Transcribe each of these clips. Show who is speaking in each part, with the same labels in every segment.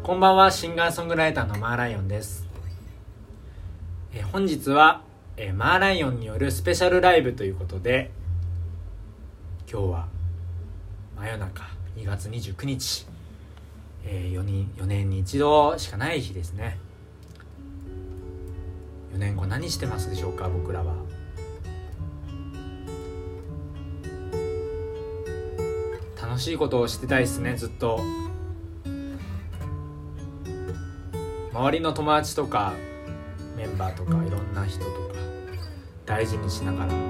Speaker 1: こんばんは、シンガーソングライターのマーライオンです。本日は、マーライオンによるスペシャルライブということで、今日は真夜中2月29日、4年に一度しかない日ですね。4年後何してますでしょうか。僕らは楽しいことをしてたいですね。ずっと周りの友達とかメンバーとかいろんな人とか大事にしながら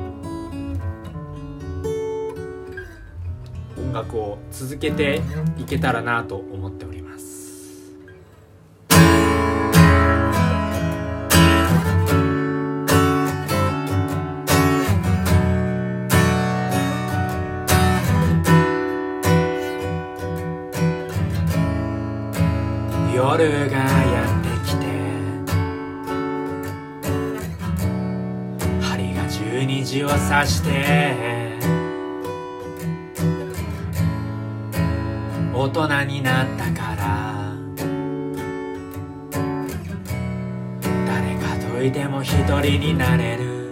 Speaker 1: 音楽を続けていけたらなと思っております。夜がやってきて針が12時を指して大人になったから誰かといても一人になれる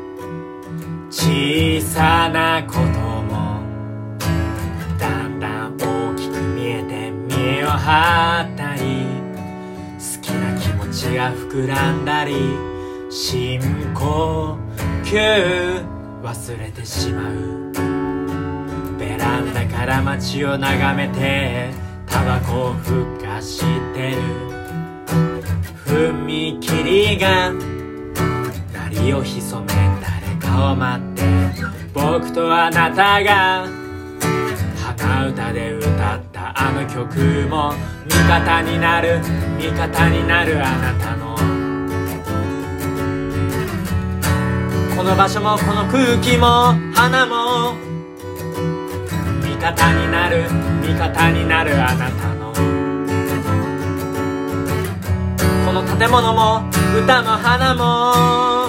Speaker 1: 小さなこともだんだん大きく見えて見栄を張ったり好きな気持ちが膨らんだり深呼吸忘れてしまうベランダから街を眺めてタバコをふかしてる踏切が鳴りを潜め誰かを待って僕とあなたが鼻歌で歌ったあの曲も味方になる味方になるあなたのこの場所もこの空気も花も味方になる味方になるあなたのこの建物も歌も花も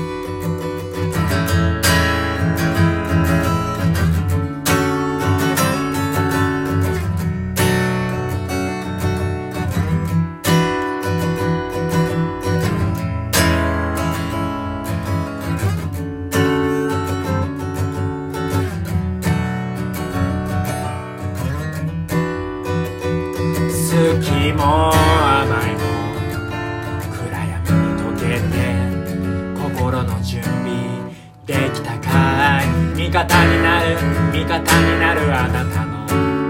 Speaker 1: 好きも甘いも暗闇に溶けて心の準備できたかい味方になる味方になるあなたの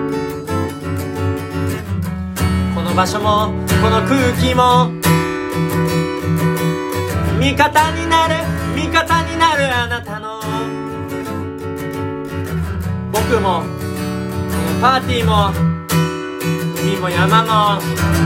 Speaker 1: この場所もこの空気も味方になる味方になるあなたの僕もこのパーティーも海も山も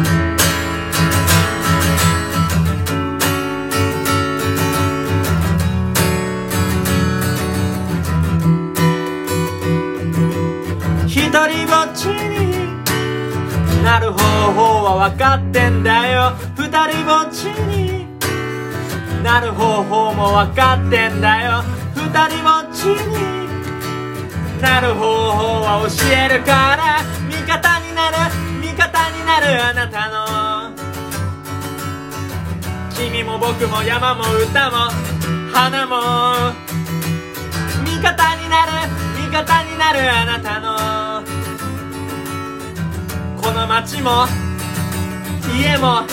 Speaker 1: 一人ぼっちになる方法は分かってんだよ二人ぼっちになる方法も分かってんだよ二人ぼっちになる方法は教えるから味方になる味方になるあなたの君も僕も山も歌も花も味方になる味方になるあなたのこの街も家も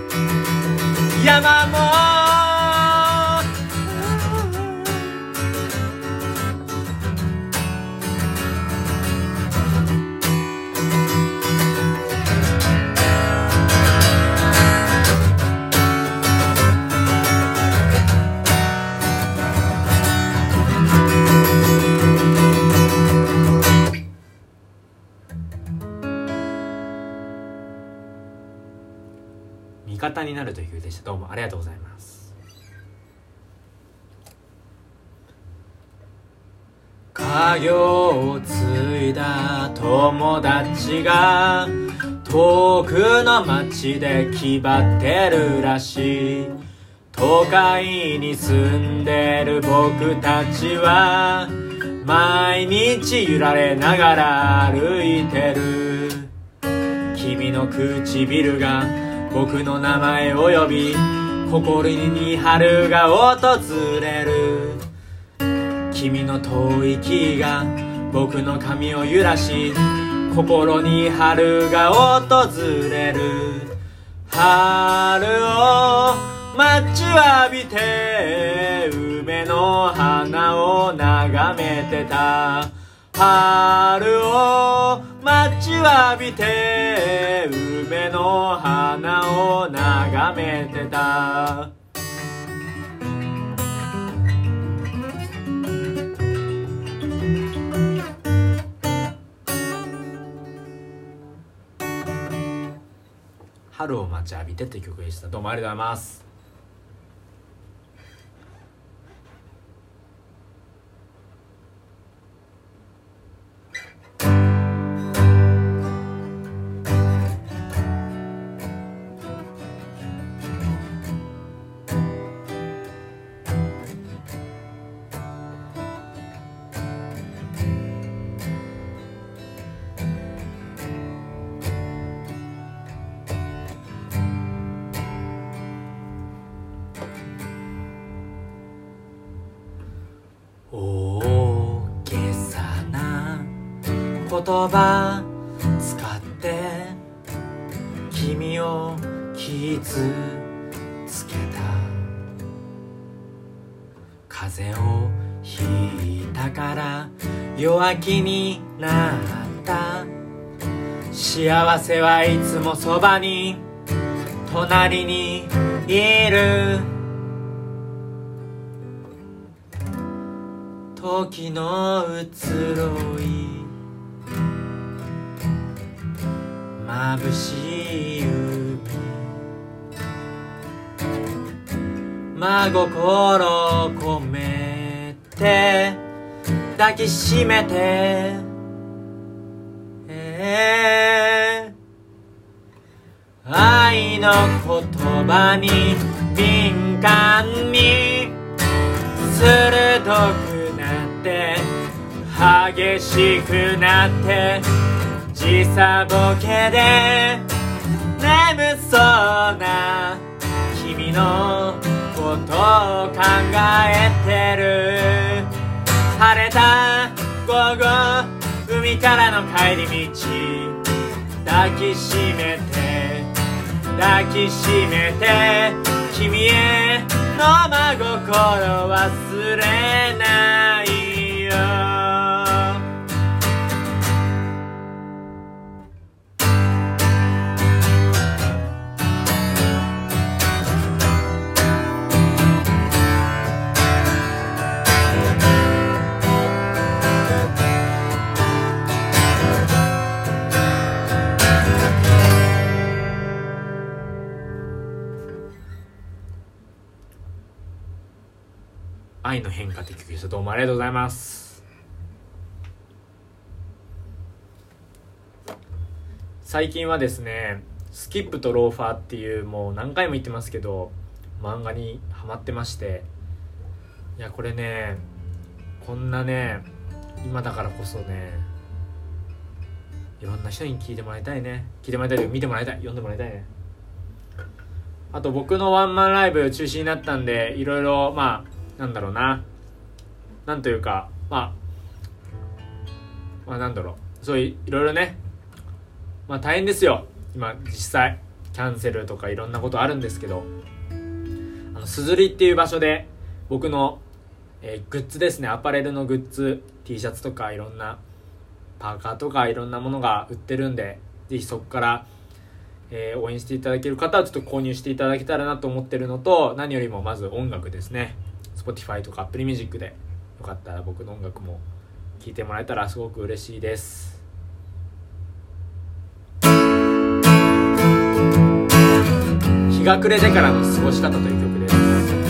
Speaker 1: 山も味方になるという曲でした。どうもありがとうございます。家業を継いだ友達が遠くの町で気張ってるらしい都会に住んでる僕たちは毎日揺られながら歩いてる君の唇が僕の名前を呼び、心に春が訪れる。君の遠い息が僕の髪を揺らし、心に春が訪れる。春を待ちわびて梅の花を眺めてた。春を待ちわびて梅の花を眺めてた。春を待ちわびてって曲でした。どうもありがとうございます。大げさな言葉使って君を傷つけた。風邪をひいたから弱気になった。幸せはいつもそばに隣にいる。時の移ろい眩しい海、真心込めて抱きしめて、愛の言葉に敏感に鋭く激しくなって、時差ボケで眠そうな君のことを考えてる。晴れた午後、海からの帰り道、抱きしめて抱きしめて、君への真心忘れないよ。愛の変化って曲です。どうもありがとうございます。最近はですね、スキップとローファーっていう、もう何回も言ってますけど漫画にハマってまして、いやこれね、こんなね今だからこそね、いろんな人に聞いてもらいたいね。聞いてもらいたい、見てもらいたい、読んでもらいたいね。あと僕のワンマンライブ中止になったんで、いろいろなんだろうな、なんというかなんだろう、そういういろいろね、大変ですよ今実際。キャンセルとかいろんなことあるんですけど、すずりっていう場所で僕の、グッズですね、アパレルのグッズ、 T シャツとかいろんなパーカーとかいろんなものが売ってるんで、ぜひそこから、応援していただける方はちょっと購入していただけたらなと思ってるのと、何よりもまず音楽ですね。Spotify とか Apple Music でよかったら僕の音楽も聴いてもらえたらすごく嬉しいです。日が暮れてからの過ごし方という曲です。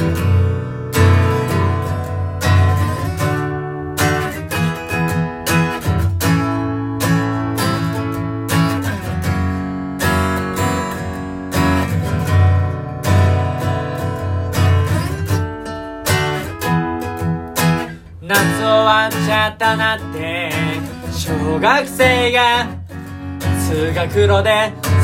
Speaker 1: 夏終わっちゃったなって、小学生が通学路で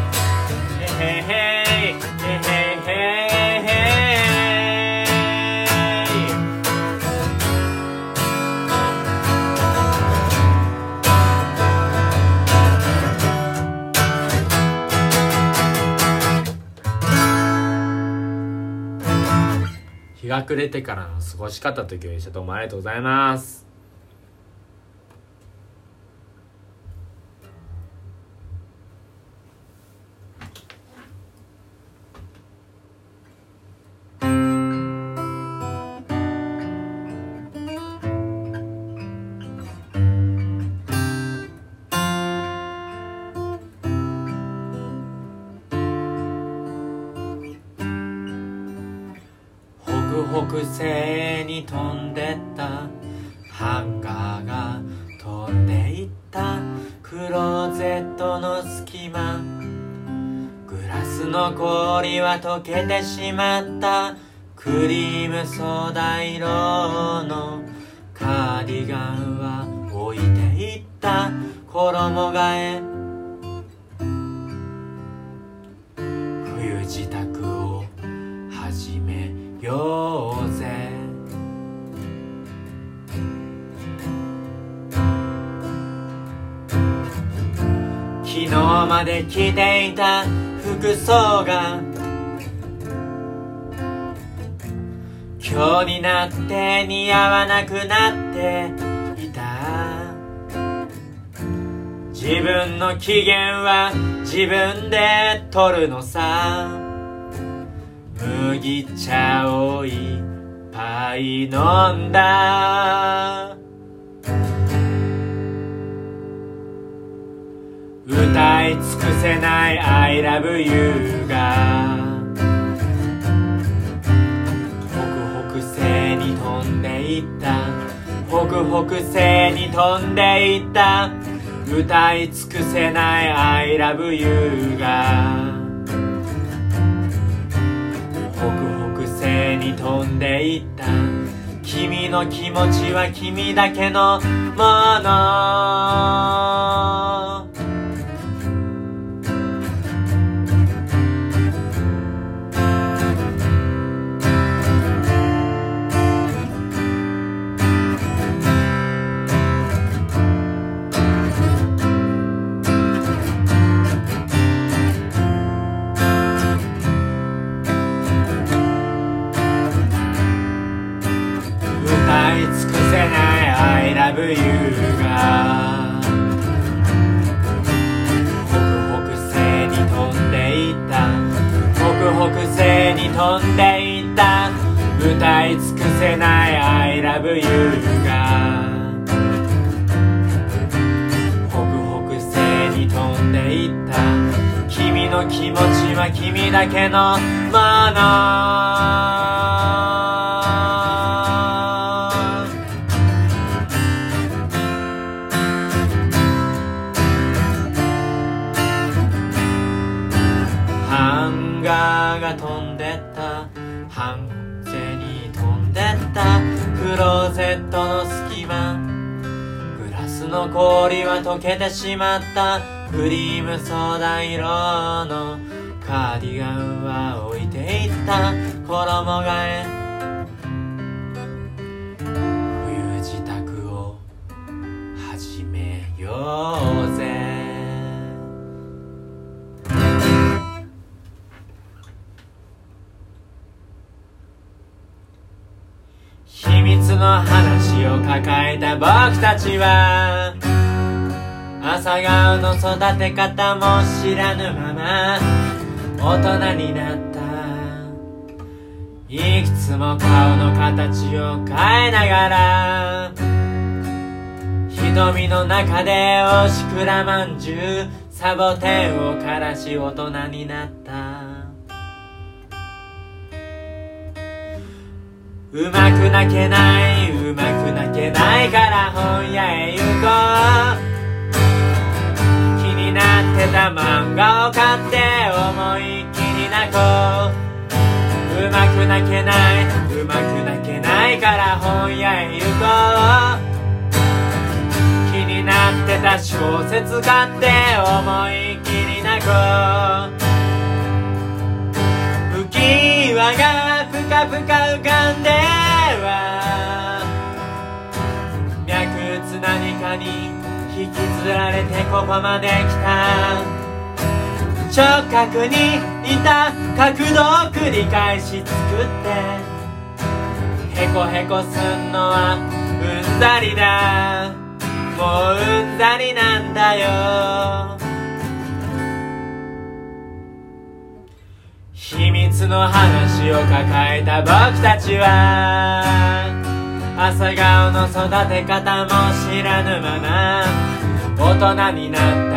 Speaker 1: へへへへへへ日が暮れてからの過ごし方というでした。どうもありがとうございます。北西に飛んでったハンガーが飛んでいった。クローゼットの隙間、グラスの氷は溶けてしまった。クリームソーダ色のカーディガンは置いていった。衣替え冬支度を始めようぜ。昨日まで着ていた服装が今日になって似合わなくなっていた。自分の機嫌は自分で取るのさ。麦茶をいっぱい飲んだ。歌い尽くせない I love you が北北西に飛んでいった。北北西に飛んでいった。歌い尽くせない I love you が北北西に飛んでいった。君の気持ちは君だけのもの。I love you が北北西に飛んでいった。北北西に飛んでいった。歌歌い尽くせない I love you が北北西に飛んでいった。君の気持ちは君だけのもの。ハンガーが飛んでった。半背に飛んでった。クローゼットの隙間。グラスの氷は溶けてしまった。クリームソーダ色のカーディガンは置いていった。衣替え冬支度を始めようぜ。秘密の話を抱えた僕たちは朝顔の育て方も知らぬまま大人になった。いくつも顔の形を変えながら瞳の中でおしくらまんじゅうサボテンを枯らし大人になった。うまく泣けない、うまく泣けないから本屋へ行こう。気になってた漫画を買って思いっきり泣こう。うまく泣けない、うまく泣けないから本屋へ行こう。気になってた小説買って思いっきり泣こう。浮き輪がぷかぷか浮かんでは脈打つ何かに引きずられてここまで来た。直角に似た角度を繰り返し作ってへこへこすんのはうんざりだ。もううんざりなんだよ。秘密の話を抱えた僕たちは朝顔の育て方も知らぬまま大人になった。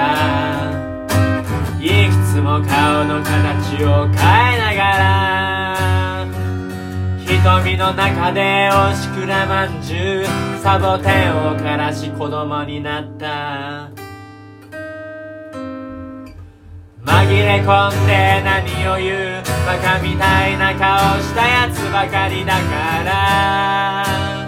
Speaker 1: いくつも顔の形を変えながら瞳の中でおしくらまんじゅうサボテンを枯らし子供になった。紛れ込んで何を言うバカみたいな顔したやつばかりだから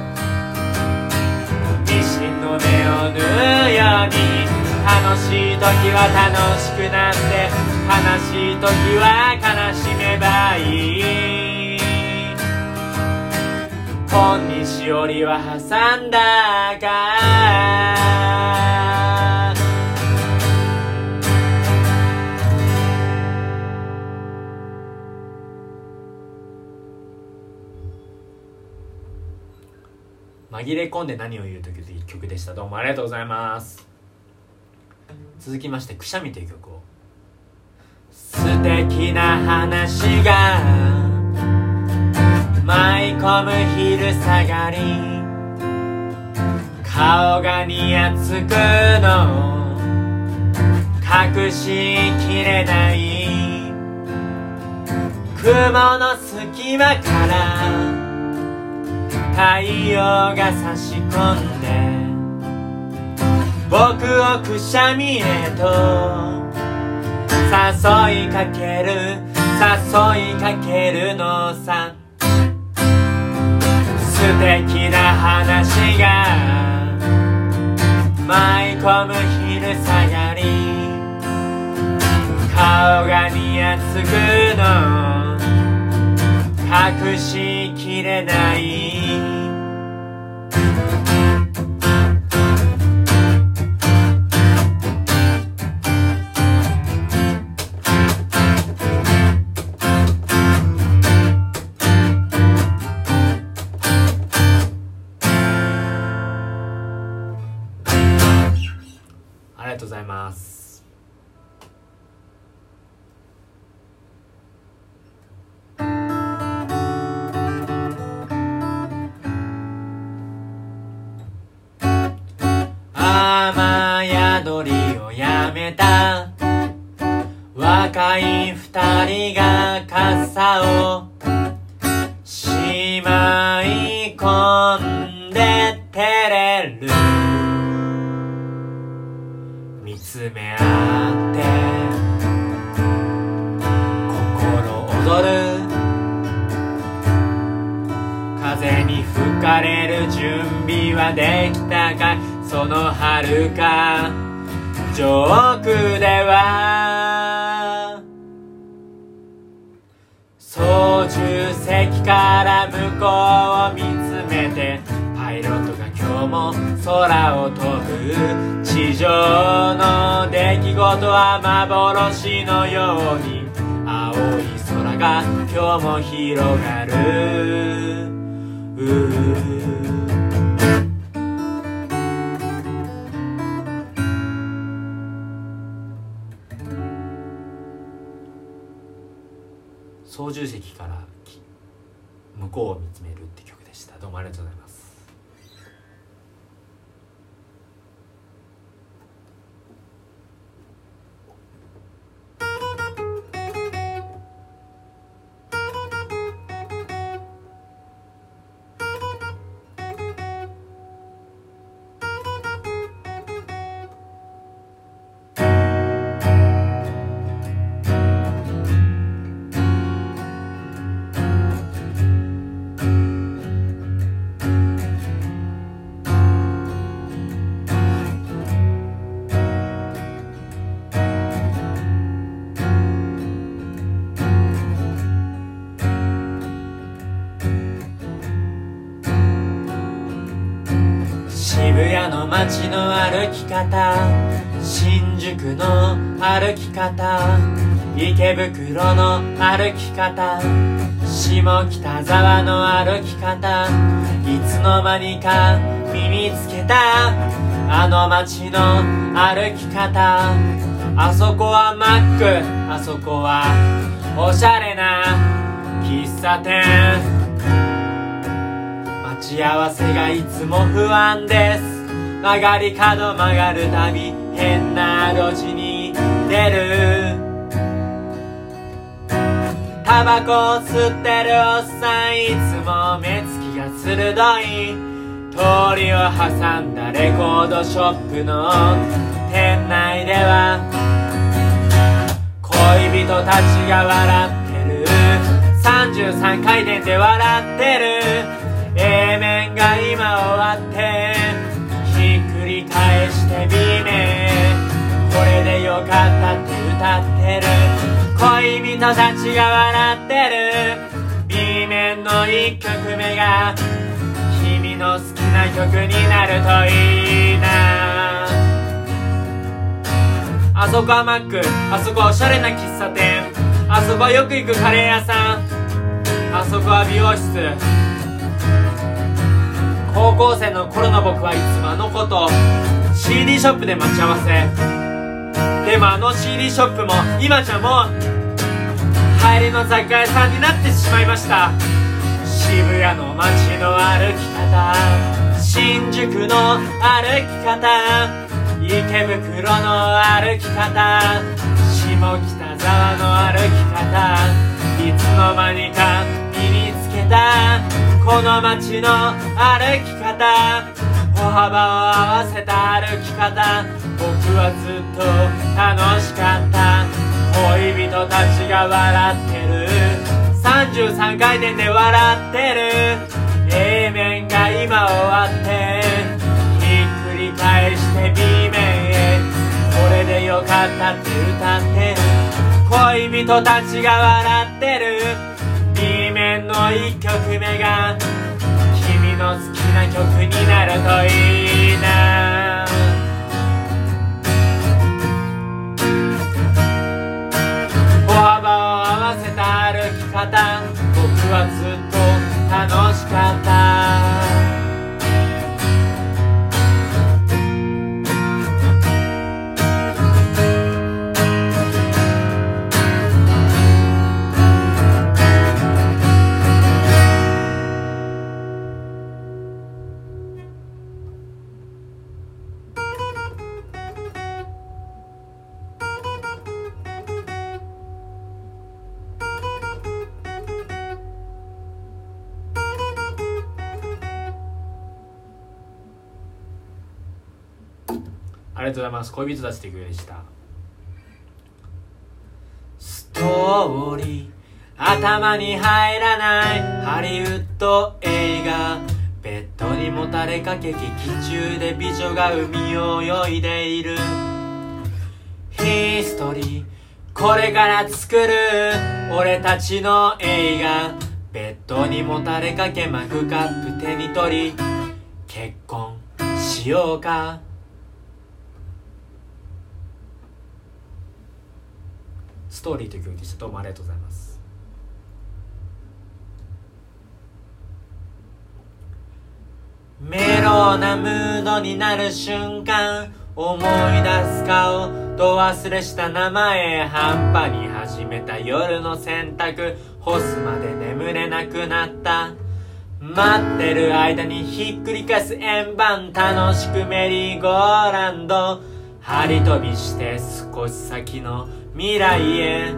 Speaker 1: ミシンの目を縫うように楽しい時は楽しくなって悲しい時は悲しめばいい。本にしおりは挟んだか紛れ込んで何を言うという一曲でした。どうもありがとうございます。続きましてくしゃみという曲を。素敵な話が舞い込む昼下がり顔がにやつくの隠しきれない雲の隙間から太陽が差し込んで僕をくしゃみへと誘いかけるのさ。素敵な話が舞い込む昼下がり顔がにやつくの隠しきれないありがとうございます。 若い二人が傘をしまい込んで照れる見つめ合って心躍る風に吹かれる準備はできたかいその遥か上空では操縦席から向こうを見つめてパイロットが今日も空を飛ぶ地上の出来事は幻のように青い空が今日も広がる操縦席から向こうを見つめるって曲でした。どうもありがとうございます。渋谷の街の歩き方新宿の歩き方池袋の歩き方下北沢の歩き方いつの間にか身につけたあの街の歩き方あそこはマックあそこはおしゃれな喫茶店待ち合わせがいつも不安です曲がり角曲がるたび変な路地に出るタバコを吸ってるおっさんいつも目つきが鋭い通りを挟んだレコードショップの店内では恋人たちが笑ってる33回転で笑ってるA 面が今終わってひっくり返して B 面これでよかったって歌ってる恋人たちが笑ってる B 面の1曲目が君の好きな曲になるといいなあそこはマックあそこはおしゃれな喫茶店あそこはよく行くカレー屋さんあそこは美容室高校生の頃の僕はいつもあの子と CD ショップで待ち合わせでもあの CD ショップも今じゃもう帰りの雑貨屋さんになってしまいました渋谷の街の歩き方新宿の歩き方池袋の歩き方下北沢の歩き方いつの間にか身につけたこの街の歩き方歩幅を合わせた歩き方僕はずっと楽しかった恋人たちが笑ってる33回転で笑ってる A 面が今終わってひっくり返して B 面へこれでよかったって歌ってる恋人たちが笑ってる B 面の1曲目が君の好きな曲になるといいな歩幅を合わせた歩き方僕はずっと楽しかったありがとうございます。恋人たちという曲でした。ストーリー頭に入らないハリウッド映画、ベッドにもたれかけ劇中で美女が海を泳いでいる。ヒストリーこれから作る俺たちの映画、ベッドにもたれかけマグカップ手に取り結婚しようか。ストーリーという曲でした。どうもありがとうございます。メロなムードになる瞬間、思い出す顔と忘れした名前、半端に始めた夜の洗濯、干すまで眠れなくなった。待ってる間にひっくり返す円盤、楽しくメリーゴーランド、張り飛びして少し先の未来へ。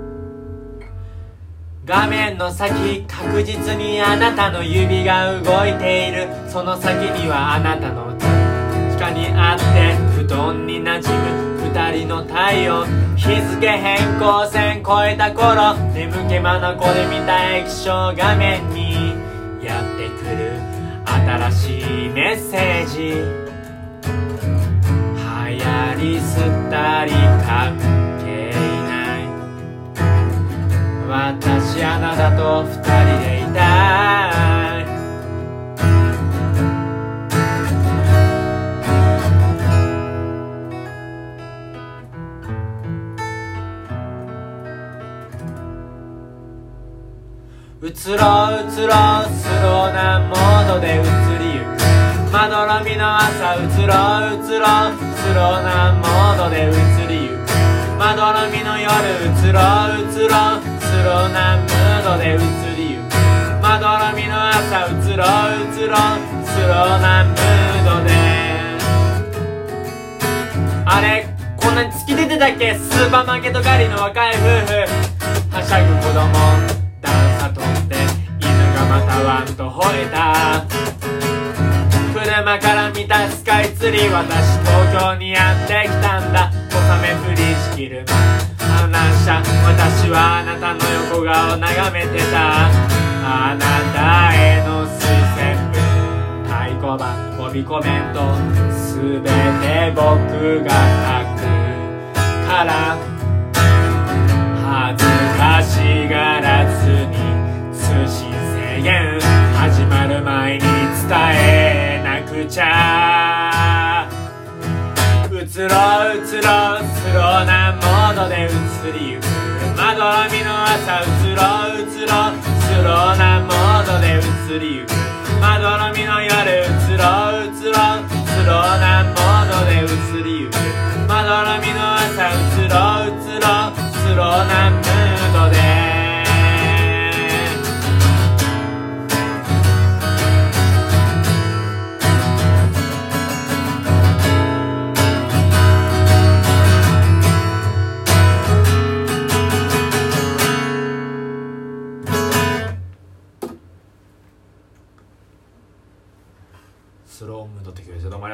Speaker 1: 画面の先確実にあなたの指が動いている。その先にはあなたの光にあって布団に馴染む二人の太陽。日付変更線越えた頃、眠気まなこで見た液晶画面にやってくる新しいメッセージ。流行りすったり関係ない、私あなたと二人でいたい。うつろうつろスローなモードで移りゆくまどろみの朝、うつろうつろスローなモードで移りゆくまどろみの夜、うつろうつろスローなムードで移りゆくまどろみの朝、うつろうつろスローなムードで。あれこんなに突き出てたっけ、スーパーマーケット帰りの若い夫婦、はしゃぐ子供、段差飛んで犬がまたワンと吠えた。車から見たスカイツリー、私東京にやってきたんだ。小雨降りしきる反乱者、私はあなたの横顔を眺めてた。あなたへの推薦文、太鼓判、帯コメント、すべて僕が書くから恥ずかしがらずに通信制限始まる前に伝えなくちゃ。うつろうつろスローなモードで移りゆくまどろみの朝、うつろうつろスローなモードで移りゆくまどろみの夜、うつろうつろスローなモードで移りゆくまどろみの朝、うつろうつろスローなムードで。スロームードって曲ですよ。どうもありがとうございます。